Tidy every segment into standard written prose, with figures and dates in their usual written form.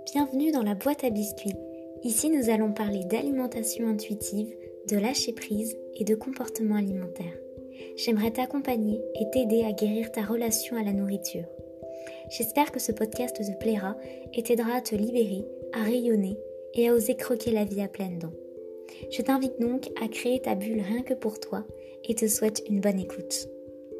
Bienvenue dans la boîte à biscuits. Ici, nous allons parler d'alimentation intuitive, de lâcher prise et de comportement alimentaire. J'aimerais t'accompagner et t'aider à guérir ta relation à la nourriture. J'espère que ce podcast te plaira et t'aidera à te libérer, à rayonner et à oser croquer la vie à pleines dents. Je t'invite donc à créer ta bulle rien que pour toi et te souhaite une bonne écoute.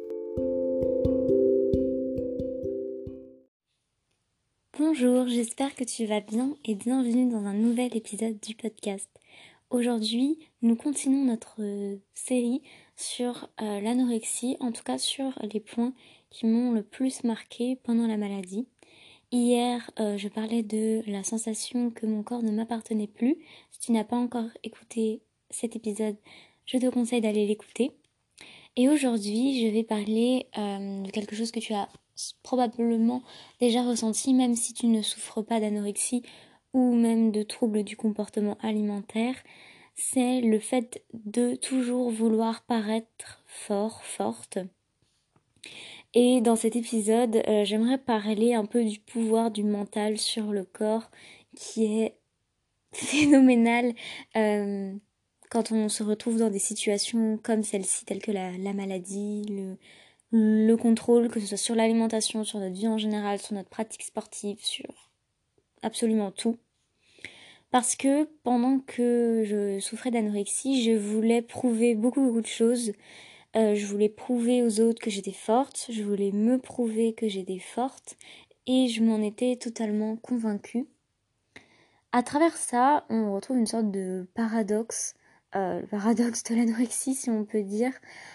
Bonjour, j'espère que tu vas bien et bienvenue dans un nouvel épisode du podcast. Aujourd'hui, nous continuons notre série sur l'anorexie, en tout cas sur les points qui m'ont le plus marqué pendant la maladie. Hier, je parlais de la sensation que mon corps ne m'appartenait plus. Si tu n'as pas encore écouté cet épisode, je te conseille d'aller l'écouter. Et aujourd'hui, je vais parler de quelque chose que tu as probablement déjà ressenti, même si tu ne souffres pas d'anorexie ou même de troubles du comportement alimentaire. C'est le fait de toujours vouloir paraître fort, forte. Et dans cet épisode, j'aimerais parler un peu du pouvoir du mental sur le corps qui est phénoménal quand on se retrouve dans des situations comme celle-ci, telles que la maladie, le contrôle, que ce soit sur l'alimentation, sur notre vie en général, sur notre pratique sportive, sur absolument tout. Parce que pendant que je souffrais d'anorexie, je voulais prouver beaucoup de choses. Je voulais prouver aux autres que j'étais forte, je voulais me prouver que j'étais forte et je m'en étais totalement convaincue. À travers ça, on retrouve une sorte de paradoxe, le paradoxe de l'anorexie si on peut dire,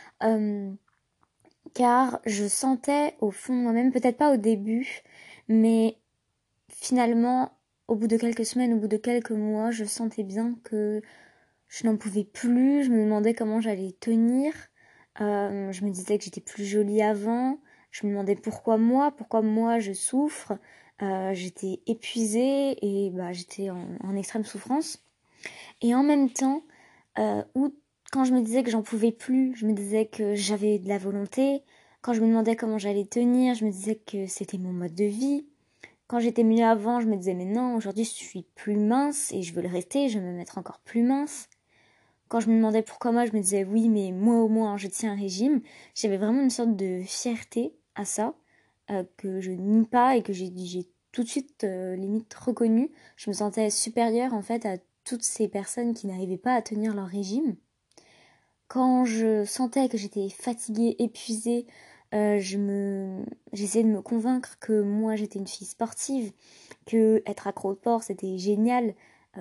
car je sentais au fond de moi-même, peut-être pas au début, mais finalement, au bout de quelques semaines, au bout de quelques mois, je sentais bien que je n'en pouvais plus, je me demandais comment j'allais tenir, je me disais que j'étais plus jolie avant, je me demandais pourquoi moi je souffre, j'étais épuisée et j'étais en extrême souffrance. Et en même temps, quand je me disais que j'en pouvais plus, je me disais que j'avais de la volonté. Quand je me demandais comment j'allais tenir, je me disais que c'était mon mode de vie. Quand j'étais mieux avant, je me disais mais non, aujourd'hui je suis plus mince et je veux le rester, je veux me mettre encore plus mince. Quand je me demandais pourquoi moi, je me disais oui mais moi au moins je tiens un régime. J'avais vraiment une sorte de fierté à ça, que je nie pas et que j'ai tout de suite limite reconnu. Je me sentais supérieure en fait à toutes ces personnes qui n'arrivaient pas à tenir leur régime. Quand je sentais que j'étais fatiguée, épuisée, j'essayais de me convaincre que moi j'étais une fille sportive, que être accro au sport c'était génial.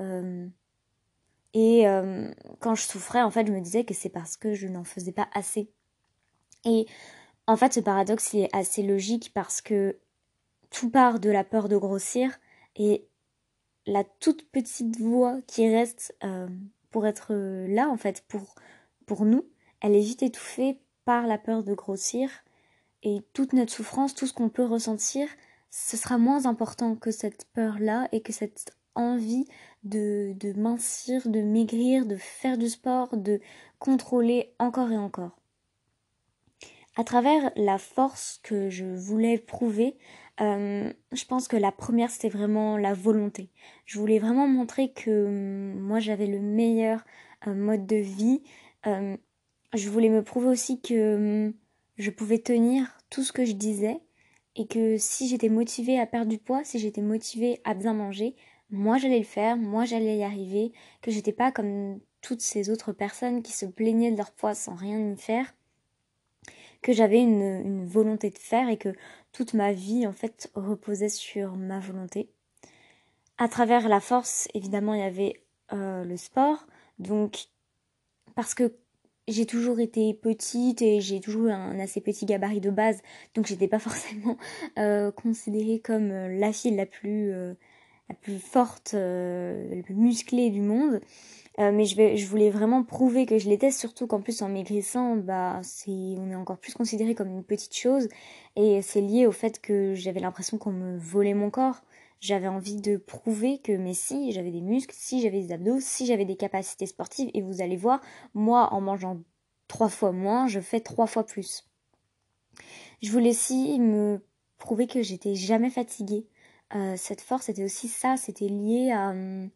Quand je souffrais, en fait, je me disais que c'est parce que je n'en faisais pas assez. Et en fait, ce paradoxe, il est assez logique parce que tout part de la peur de grossir et la toute petite voix qui reste pour être là, en fait, pour nous, elle est vite étouffée par la peur de grossir. Et toute notre souffrance, tout ce qu'on peut ressentir, ce sera moins important que cette peur-là et que cette envie de mincir, de maigrir, de faire du sport, de contrôler encore et encore. À travers la force que je voulais prouver, je pense que la première c'était vraiment la volonté. Je voulais vraiment montrer que moi j'avais le meilleur mode de vie. Je voulais me prouver aussi que je pouvais tenir tout ce que je disais et que si j'étais motivée à perdre du poids, si j'étais motivée à bien manger, moi j'allais le faire, moi j'allais y arriver, que j'étais pas comme toutes ces autres personnes qui se plaignaient de leur poids sans rien y faire, que j'avais une volonté de faire et que toute ma vie en fait reposait sur ma volonté. À travers la force, évidemment, il y avait le sport, donc parce que j'ai toujours été petite et j'ai toujours eu un assez petit gabarit de base, donc j'étais pas forcément considérée comme la fille la plus forte, la plus musclée du monde. Mais je voulais vraiment prouver que je l'étais, surtout qu'en plus en maigrissant, on est encore plus considéré comme une petite chose, et c'est lié au fait que j'avais l'impression qu'on me volait mon corps. J'avais envie de prouver que mais si j'avais des muscles, si j'avais des abdos, si j'avais des capacités sportives, et vous allez voir, moi en mangeant 3 fois moins, je fais 3 fois plus. Je voulais aussi me prouver que j'étais jamais fatiguée, cette force c'était aussi ça, c'était lié à...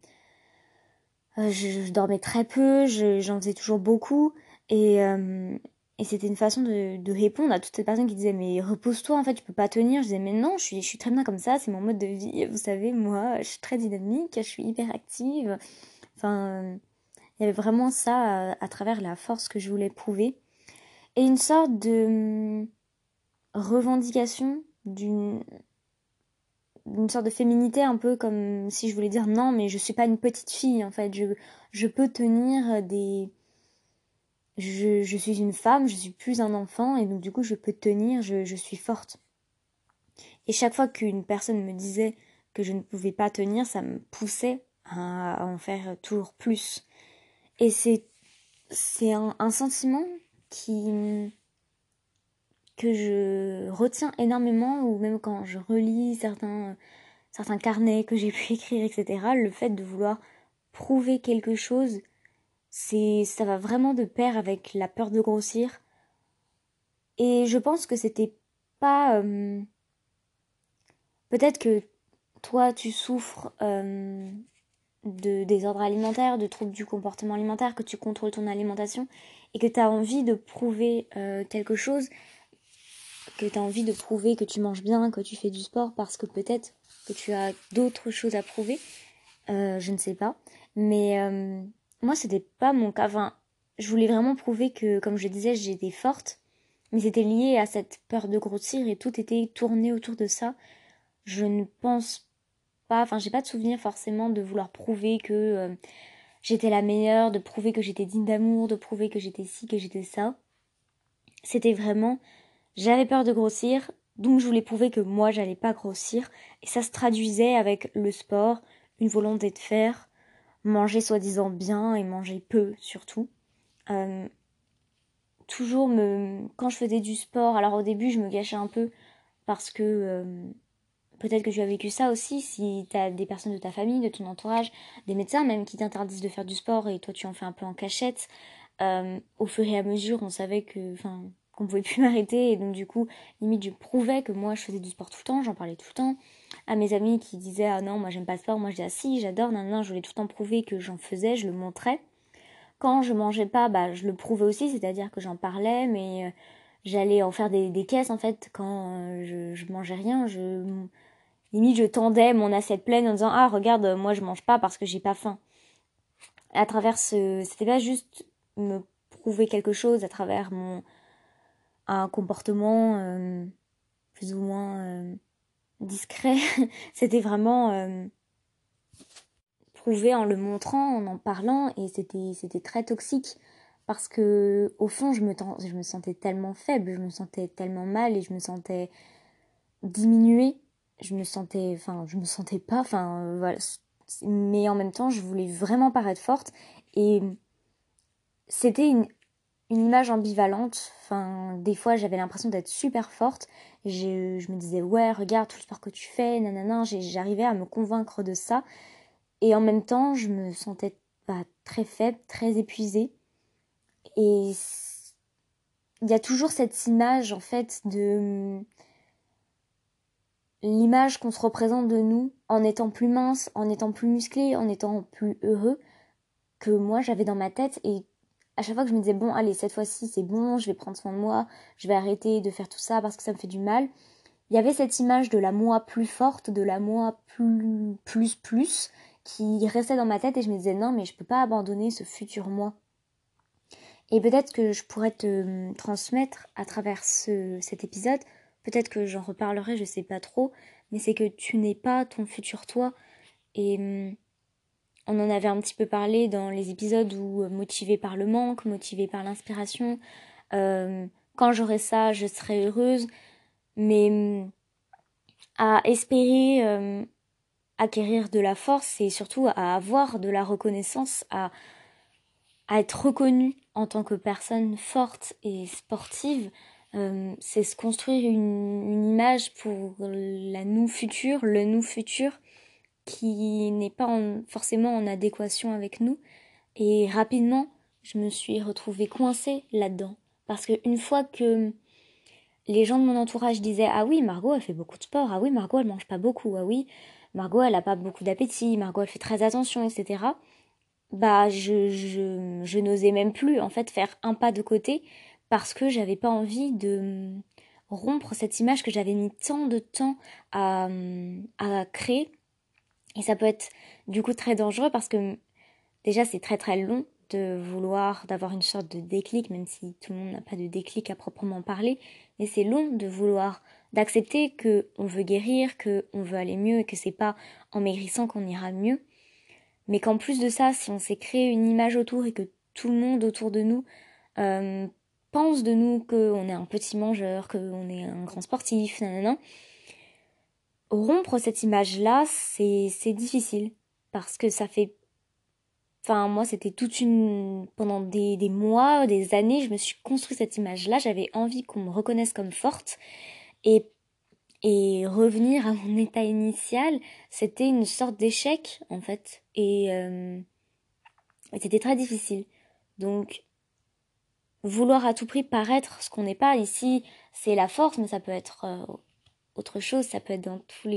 je dormais très peu, j'en faisais toujours beaucoup, et, et c'était une façon de répondre à toutes ces personnes qui disaient mais repose-toi, en fait tu peux pas tenir. Je disais mais non, je suis très bien comme ça, c'est mon mode de vie, vous savez, moi je suis très dynamique, je suis hyper active. Enfin, il y avait vraiment ça à travers la force que je voulais prouver. Et une sorte de revendication d'une sorte de féminité, un peu comme si je voulais dire non, mais je suis pas une petite fille, en fait. Je peux tenir des... Je suis une femme, je suis plus un enfant, et donc du coup je peux tenir, je suis forte. Et chaque fois qu'une personne me disait que je ne pouvais pas tenir, ça me poussait à en faire toujours plus. Et c'est un sentiment qui que je retiens énormément, ou même quand je relis certains carnets que j'ai pu écrire, etc. Le fait de vouloir prouver quelque chose, ça va vraiment de pair avec la peur de grossir. Et je pense que c'était pas... peut-être que toi, tu souffres de désordre alimentaire, de troubles du comportement alimentaire, que tu contrôles ton alimentation et que tu as envie de prouver quelque chose, que tu as envie de prouver que tu manges bien, que tu fais du sport, parce que peut-être que tu as d'autres choses à prouver. Je ne sais pas. Mais moi, c'était pas mon cas. Enfin, je voulais vraiment prouver que, comme je disais, j'étais forte. Mais c'était lié à cette peur de grossir et tout était tourné autour de ça. Je ne pense pas, enfin, j'ai pas de souvenir forcément de vouloir prouver que j'étais la meilleure, de prouver que j'étais digne d'amour, de prouver que j'étais ci, que j'étais ça. C'était vraiment, j'avais peur de grossir, donc je voulais prouver que moi, j'allais pas grossir. Et ça se traduisait avec le sport, une volonté de faire, manger soi-disant bien et manger peu surtout. Euh, toujours quand je faisais du sport, alors au début je me gâchais un peu parce que peut-être que tu as vécu ça aussi, si tu as des personnes de ta famille, de ton entourage, des médecins même qui t'interdisent de faire du sport et toi tu en fais un peu en cachette. Au fur et à mesure on savait qu'on pouvait plus m'arrêter, et donc du coup limite je prouvais que moi je faisais du sport tout le temps, j'en parlais tout le temps à mes amis qui disaient ah non moi j'aime pas le sport, moi je dis ah si j'adore, non non, je voulais tout le temps prouver que j'en faisais, je le montrais. Quand je mangeais pas, bah je le prouvais aussi, c'est-à-dire que j'en parlais, mais j'allais en faire des caisses en fait quand je mangeais rien. Limite je tendais mon assiette pleine en disant ah regarde moi je mange pas parce que j'ai pas faim. À travers c'était pas juste me prouver quelque chose à travers un comportement plus ou moins discret. C'était vraiment prouver en le montrant, en parlant, et c'était très toxique parce que au fond je me sentais tellement faible, je me sentais tellement mal et je me sentais diminuée, je me sentais pas, voilà, mais en même temps je voulais vraiment paraître forte, et c'était une image ambivalente. Enfin, des fois j'avais l'impression d'être super forte, je me disais ouais regarde tout le sport que tu fais, nanana, j'arrivais à me convaincre de ça. Et en même temps, je me sentais très faible, très épuisée. Et il y a toujours cette image, en fait, de l'image qu'on se représente de nous en étant plus mince, en étant plus musclé, en étant plus heureux, que moi j'avais dans ma tête. Et à chaque fois que je me disais, bon, allez, cette fois-ci, c'est bon, je vais prendre soin de moi, je vais arrêter de faire tout ça parce que ça me fait du mal. Il y avait cette image de la moi plus forte, de la moi plus, qui restait dans ma tête, et je me disais non mais je peux pas abandonner ce futur moi. Et peut-être que je pourrais te transmettre à travers cet épisode, peut-être que j'en reparlerai, je sais pas trop, mais c'est que tu n'es pas ton futur toi. Et on en avait un petit peu parlé dans les épisodes où motivée par le manque, motivée par l'inspiration, quand j'aurai ça je serai heureuse, mais à espérer acquérir de la force et surtout à avoir de la reconnaissance, à être reconnue en tant que personne forte et sportive. C'est se construire une image pour la nous future, le nous futur qui n'est pas forcément en adéquation avec nous. Et rapidement, je me suis retrouvée coincée là-dedans. Parce qu'une fois que les gens de mon entourage disaient ah oui, Margot elle fait beaucoup de sport, ah oui, Margot elle mange pas beaucoup, ah oui, Margot elle a pas beaucoup d'appétit, Margot elle fait très attention, etc. Bah je n'osais même plus en fait faire un pas de côté parce que j'avais pas envie de rompre cette image que j'avais mis tant de temps à créer. Et ça peut être du coup très dangereux parce que déjà c'est très très long de vouloir, d'avoir une sorte de déclic, même si tout le monde n'a pas de déclic à proprement parler, mais c'est long de vouloir, d'accepter que on veut guérir, que on veut aller mieux et que c'est pas en maigrissant qu'on ira mieux. Mais qu'en plus de ça, si on s'est créé une image autour et que tout le monde autour de nous euh, pense de nous qu'on est un petit mangeur, qu'on est un grand sportif, nanana, rompre cette image-là, c'est difficile. Parce que ça fait... Enfin, moi, c'était toute une... Pendant des mois, des années, je me suis construit cette image-là. J'avais envie qu'on me reconnaisse comme forte. Et, et revenir à mon état initial, c'était une sorte d'échec, en fait. Et c'était très difficile. Donc, vouloir à tout prix paraître ce qu'on n'est pas, ici, c'est la force, mais ça peut être autre chose. Ça peut être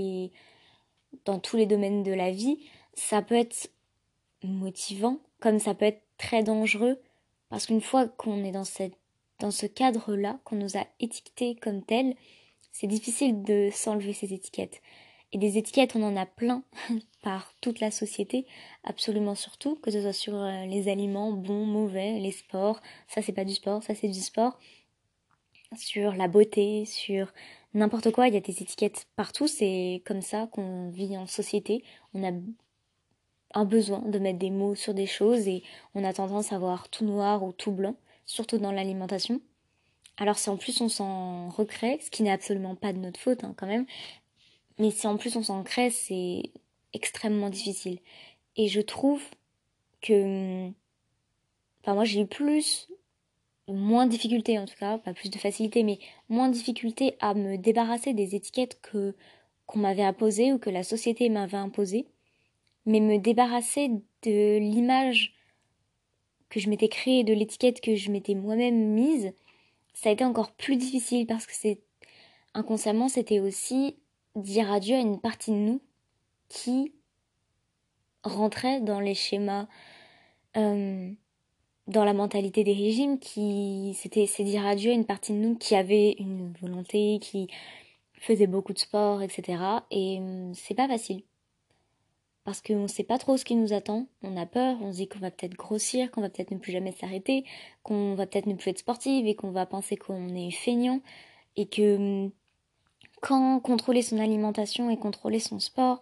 dans tous les domaines de la vie. Ça peut être motivant, comme ça peut être très dangereux, parce qu'une fois qu'on est dans ce cadre-là, qu'on nous a étiquetés comme tel, c'est difficile de s'enlever ces étiquettes. Et des étiquettes, on en a plein par toute la société, absolument surtout, que ce soit sur les aliments, bons, mauvais, les sports, ça c'est pas du sport, ça c'est du sport, sur la beauté, sur n'importe quoi, il y a des étiquettes partout, c'est comme ça qu'on vit en société, on a un besoin de mettre des mots sur des choses et on a tendance à voir tout noir ou tout blanc, surtout dans l'alimentation. Alors si en plus on s'en recrée, ce qui n'est absolument pas de notre faute quand même, mais si en plus on s'en crée, c'est extrêmement difficile. Et je trouve que... Enfin moi j'ai eu moins de difficultés en tout cas, pas plus de facilité, mais moins de difficultés à me débarrasser des étiquettes qu'on m'avait imposées ou que la société m'avait imposées, mais me débarrasser de l'image que je m'étais créée, de l'étiquette que je m'étais moi-même mise, ça a été encore plus difficile parce que inconsciemment c'était aussi dire adieu à une partie de nous qui rentrait dans les schémas, euh, dans la mentalité des régimes, c'est dire adieu à une partie de nous qui avait une volonté, qui faisait beaucoup de sport, etc. Et c'est pas facile. Parce qu'on ne sait pas trop ce qui nous attend, on a peur, on se dit qu'on va peut-être grossir, qu'on va peut-être ne plus jamais s'arrêter, qu'on va peut-être ne plus être sportive et qu'on va penser qu'on est feignant et que quand contrôler son alimentation et contrôler son sport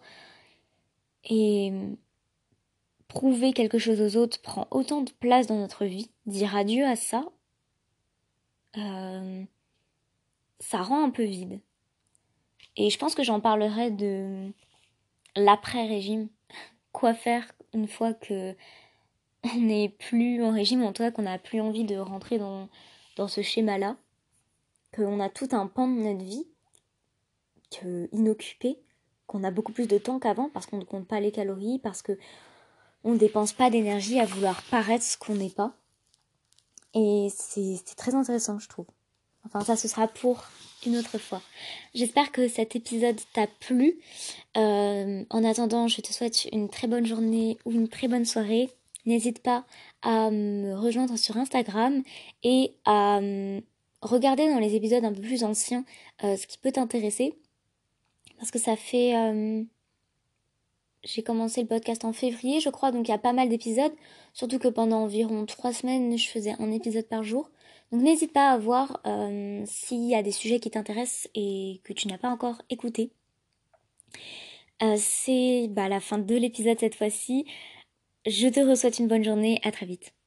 et prouver quelque chose aux autres prend autant de place dans notre vie, dire adieu à ça, euh, ça rend un peu vide. Et je pense que j'en parlerai de l'après-régime. Quoi faire une fois que on n'est plus en régime, en tout cas qu'on n'a plus envie de rentrer dans ce schéma-là, qu'on a tout un pan de notre vie inoccupé, qu'on a beaucoup plus de temps qu'avant parce qu'on ne compte pas les calories, parce que on ne dépense pas d'énergie à vouloir paraître ce qu'on n'est pas. Et c'est très intéressant, je trouve. Enfin, ça, ce sera pour une autre fois. J'espère que cet épisode t'a plu. En attendant, je te souhaite une très bonne journée ou une très bonne soirée. N'hésite pas à me rejoindre sur Instagram et à regarder dans les épisodes un peu plus anciens ce qui peut t'intéresser. Parce que ça fait... j'ai commencé le podcast en février, je crois, donc il y a pas mal d'épisodes. Surtout que pendant environ 3 semaines, je faisais un épisode par jour. Donc n'hésite pas à voir s'il y a des sujets qui t'intéressent et que tu n'as pas encore écouté. C'est la fin de l'épisode cette fois-ci. Je te souhaite une bonne journée, à très vite.